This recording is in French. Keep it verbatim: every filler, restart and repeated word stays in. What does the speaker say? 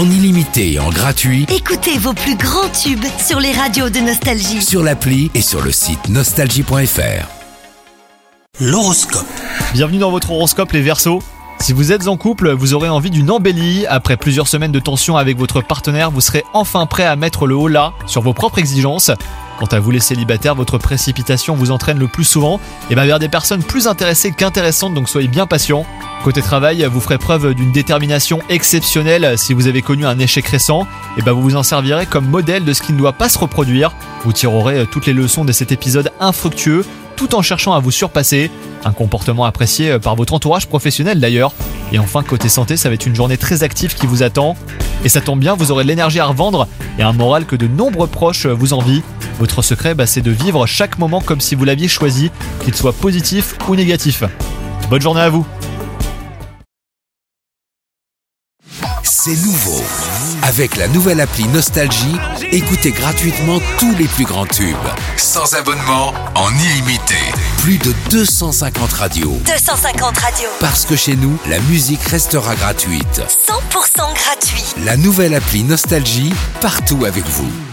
en illimité et en gratuit Écoutez vos plus grands tubes sur les radios de Nostalgie. sur l'appli et sur le site nostalgie point f r. L'horoscope. Bienvenue dans votre horoscope les Verseaux. Si vous êtes en couple, vous aurez envie d'une embellie. Après plusieurs semaines de tension avec votre partenaire, vous serez enfin prêt à mettre le haut là sur vos propres exigences. Quant à vous les célibataires, votre précipitation vous entraîne le plus souvent et ben vers des personnes plus intéressées qu'intéressantes, donc soyez bien patient. Côté travail, vous ferez preuve d'une détermination exceptionnelle. Si vous avez connu un échec récent, et ben vous vous en servirez comme modèle de ce qui ne doit pas se reproduire. Vous tirerez toutes les leçons de cet épisode infructueux tout en cherchant à vous surpasser. Un comportement apprécié par votre entourage professionnel d'ailleurs. Et enfin, côté santé, ça va être une journée très active qui vous attend. Et ça tombe bien, vous aurez de l'énergie à revendre et un moral que de nombreux proches vous envient. Votre secret, bah, c'est de vivre chaque moment comme si vous l'aviez choisi, qu'il soit positif ou négatif. Bonne journée à vous. C'est nouveau. Avec la nouvelle appli Nostalgie, écoutez gratuitement tous les plus grands tubes. Sans abonnement, en illimité. Plus de deux cent cinquante radios. deux cent cinquante radios. Parce que chez nous, la musique restera gratuite. cent pour cent gratuit. La nouvelle appli Nostalgie, partout avec vous.